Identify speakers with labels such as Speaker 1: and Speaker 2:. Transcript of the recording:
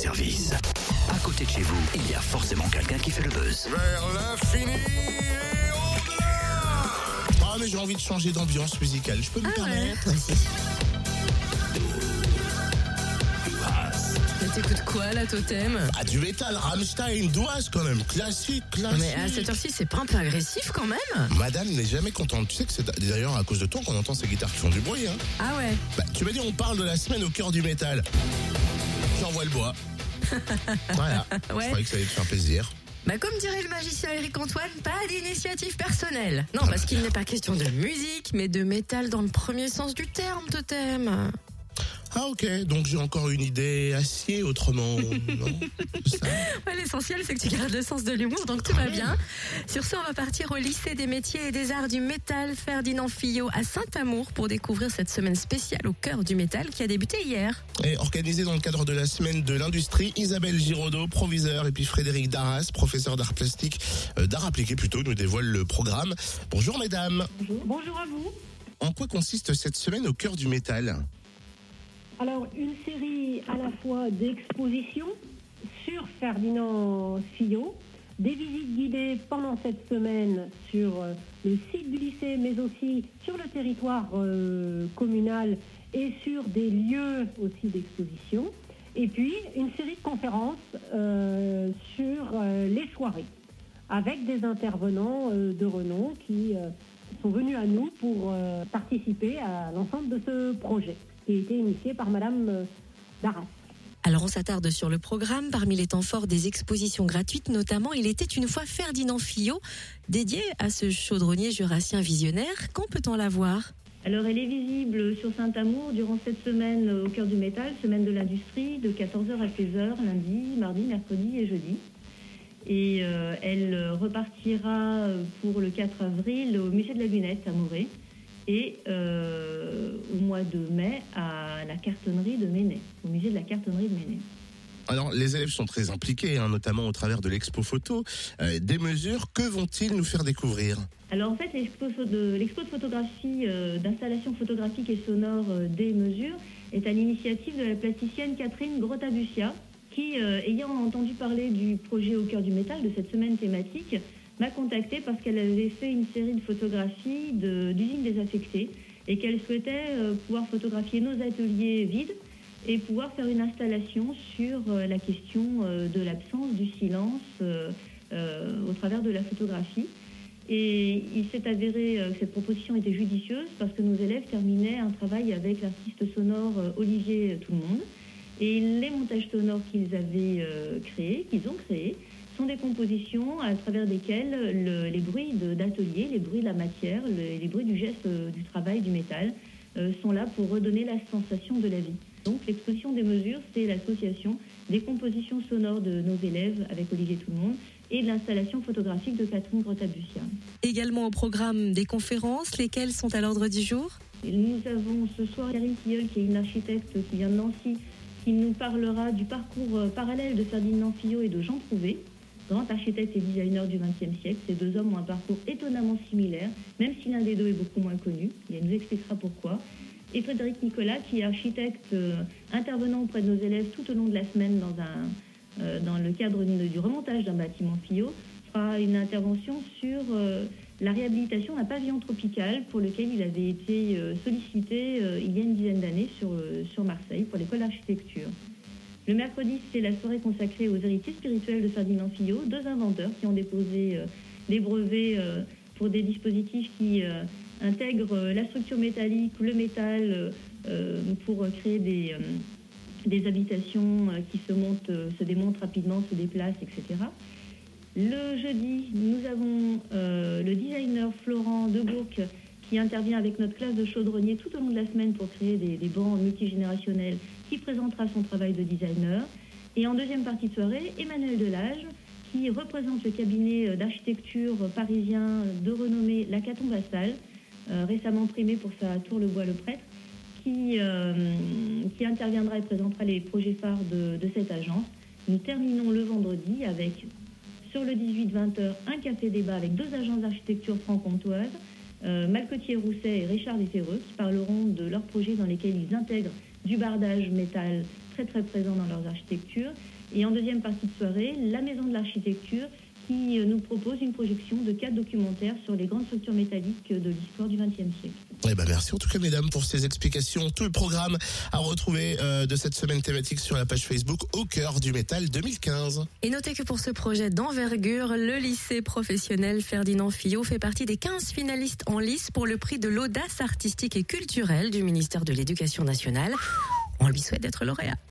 Speaker 1: service. À côté de chez vous, il y a forcément quelqu'un qui fait le buzz.
Speaker 2: Vers l'infini et au-delà. Ah, mais j'ai envie de changer d'ambiance musicale. Je peux me permettre?
Speaker 3: T'écoutes quoi là, Totem?
Speaker 2: Ah, du métal, Rammstein, Douas quand même, classique.
Speaker 3: Mais à cette heure-ci, c'est pas un peu agressif quand même?
Speaker 2: Madame n'est jamais contente. Tu sais que c'est d'ailleurs à cause de toi qu'on entend ces guitares qui font du bruit. Hein.
Speaker 3: Ah ouais?
Speaker 2: Tu m'as dit on parle de la semaine au cœur du métal. J'envoie le bois. Voilà.
Speaker 3: Ouais.
Speaker 2: Je croyais que ça allait te faire plaisir.
Speaker 3: Bah comme dirait le magicien Eric Antoine, pas d'initiative personnelle. Non, parce qu'il n'est pas question de musique, mais de métal dans le premier sens du terme, Totem.
Speaker 2: Ah ok, donc j'ai encore une idée acier autrement. Non, c'est ça.
Speaker 3: Ouais, l'essentiel, c'est que tu gardes le sens de l'humour, donc tout va bien. Sur ce, on va partir au lycée des métiers et des arts du métal Ferdinand Fillot à Saint-Amour pour découvrir cette semaine spéciale au cœur du métal qui a débuté hier.
Speaker 2: Et organisé dans le cadre de la semaine de l'industrie, Isabelle Giraudot, proviseur, et puis Frédéric Darras, professeur d'art plastique, d'art appliqué plutôt, nous dévoilent le programme. Bonjour mesdames.
Speaker 4: Bonjour à vous.
Speaker 2: En quoi consiste cette semaine au cœur du métal ?
Speaker 4: Alors, une série à la fois d'expositions sur Ferdinand Fillot, des visites guidées pendant cette semaine sur le site du lycée, mais aussi sur le territoire communal et sur des lieux aussi d'exposition. Et puis, une série de conférences sur les soirées, avec des intervenants de renom qui sont venus à nous pour participer à l'ensemble de ce projet, qui a été initié par Madame Darras.
Speaker 3: Alors on s'attarde sur le programme. Parmi les temps forts des expositions gratuites, notamment, il était une fois Ferdinand Fillot, dédié à ce chaudronnier jurassien visionnaire. Quand peut-on la voir ?
Speaker 5: Alors elle est visible sur Saint-Amour durant cette semaine au cœur du métal, semaine de l'industrie, de 14h à 16h, lundi, mardi, mercredi et jeudi. Et elle repartira pour le 4 avril au musée de la Lunette à Morée et au mois de mai à la cartonnerie de Ménay, au musée de la cartonnerie de Ménay.
Speaker 2: Alors, les élèves sont très impliqués, notamment au travers de l'expo photo. Des mesures, que vont-ils nous faire découvrir ?
Speaker 5: Alors en fait, l'expo de photographie, d'installation photographique et sonore des mesures est à l'initiative de la plasticienne Catherine Grottabuccia, qui, ayant entendu parler du projet au cœur du métal, de cette semaine thématique, m'a contactée parce qu'elle avait fait une série de photographies d'usines désaffectées et qu'elle souhaitait pouvoir photographier nos ateliers vides et pouvoir faire une installation sur la question de l'absence du silence au travers de la photographie. Et il s'est avéré que cette proposition était judicieuse parce que nos élèves terminaient un travail avec l'artiste sonore Olivier Tout-le-Monde. Et les montages sonores qu'ils ont créés, sont des compositions à travers desquelles les bruits d'atelier, les bruits de la matière, les bruits du geste du travail, du métal, sont là pour redonner la sensation de la vie. Donc l'exposition des mesures, c'est l'association des compositions sonores de nos élèves avec Olivier Tout-le-Monde et de l'installation photographique de Catherine Grottabuccia.
Speaker 3: Également au programme des conférences, lesquelles sont à l'ordre du jour ?
Speaker 5: Et nous avons ce soir Karine Tilleul, qui est une architecte qui vient de Nancy, qui nous parlera du parcours parallèle de Ferdinand Fillot et de Jean Prouvé, grand architecte et designer du XXe siècle. Ces deux hommes ont un parcours étonnamment similaire, même si l'un des deux est beaucoup moins connu. Et elle nous expliquera pourquoi. Et Frédéric Nicolas, qui est architecte intervenant auprès de nos élèves tout au long de la semaine dans le cadre du remontage d'un bâtiment Fillot, fera une intervention sur la réhabilitation d'un pavillon tropical pour lequel il avait été sollicité il y a une dizaine d'années sur Marseille pour l'école d'architecture. Le mercredi, c'est la soirée consacrée aux héritiers spirituels de Ferdinand Fillot, deux inventeurs qui ont déposé des brevets pour des dispositifs qui intègrent la structure métallique, le métal, pour créer des habitations qui se démontent rapidement, se déplacent, etc. Le jeudi, nous avons le designer Florent Debourg qui intervient avec notre classe de chaudronniers tout au long de la semaine pour créer des bancs multigénérationnels, qui présentera son travail de designer. Et en deuxième partie de soirée, Emmanuel Delage, qui représente le cabinet d'architecture parisien de renommée Lacaton Vassal, récemment primé pour sa tour Le Bois-le-Prêtre, qui interviendra et présentera les projets phares de cette agence. Nous terminons le vendredi avec, sur le 18-20h, un café-débat avec deux agences d'architecture franc-comtoises, Malcotier-Rousset et Richard Desserreux, qui parleront de leurs projets dans lesquels ils intègrent du bardage métal très très présents dans leurs architectures. Et en deuxième partie de soirée, la Maison de l'Architecture qui nous propose une projection de 4 documentaires sur les grandes structures métalliques de l'histoire du XXe siècle.
Speaker 2: Eh ben merci en tout cas mesdames pour ces explications. Tout le programme à retrouver de cette semaine thématique sur la page Facebook Au cœur du métal 2015.
Speaker 3: Et notez que pour ce projet d'envergure, le lycée professionnel Ferdinand Fillot fait partie des 15 finalistes en lice pour le prix de l'audace artistique et culturelle du ministère de l'Éducation nationale. On lui souhaite d'être lauréat.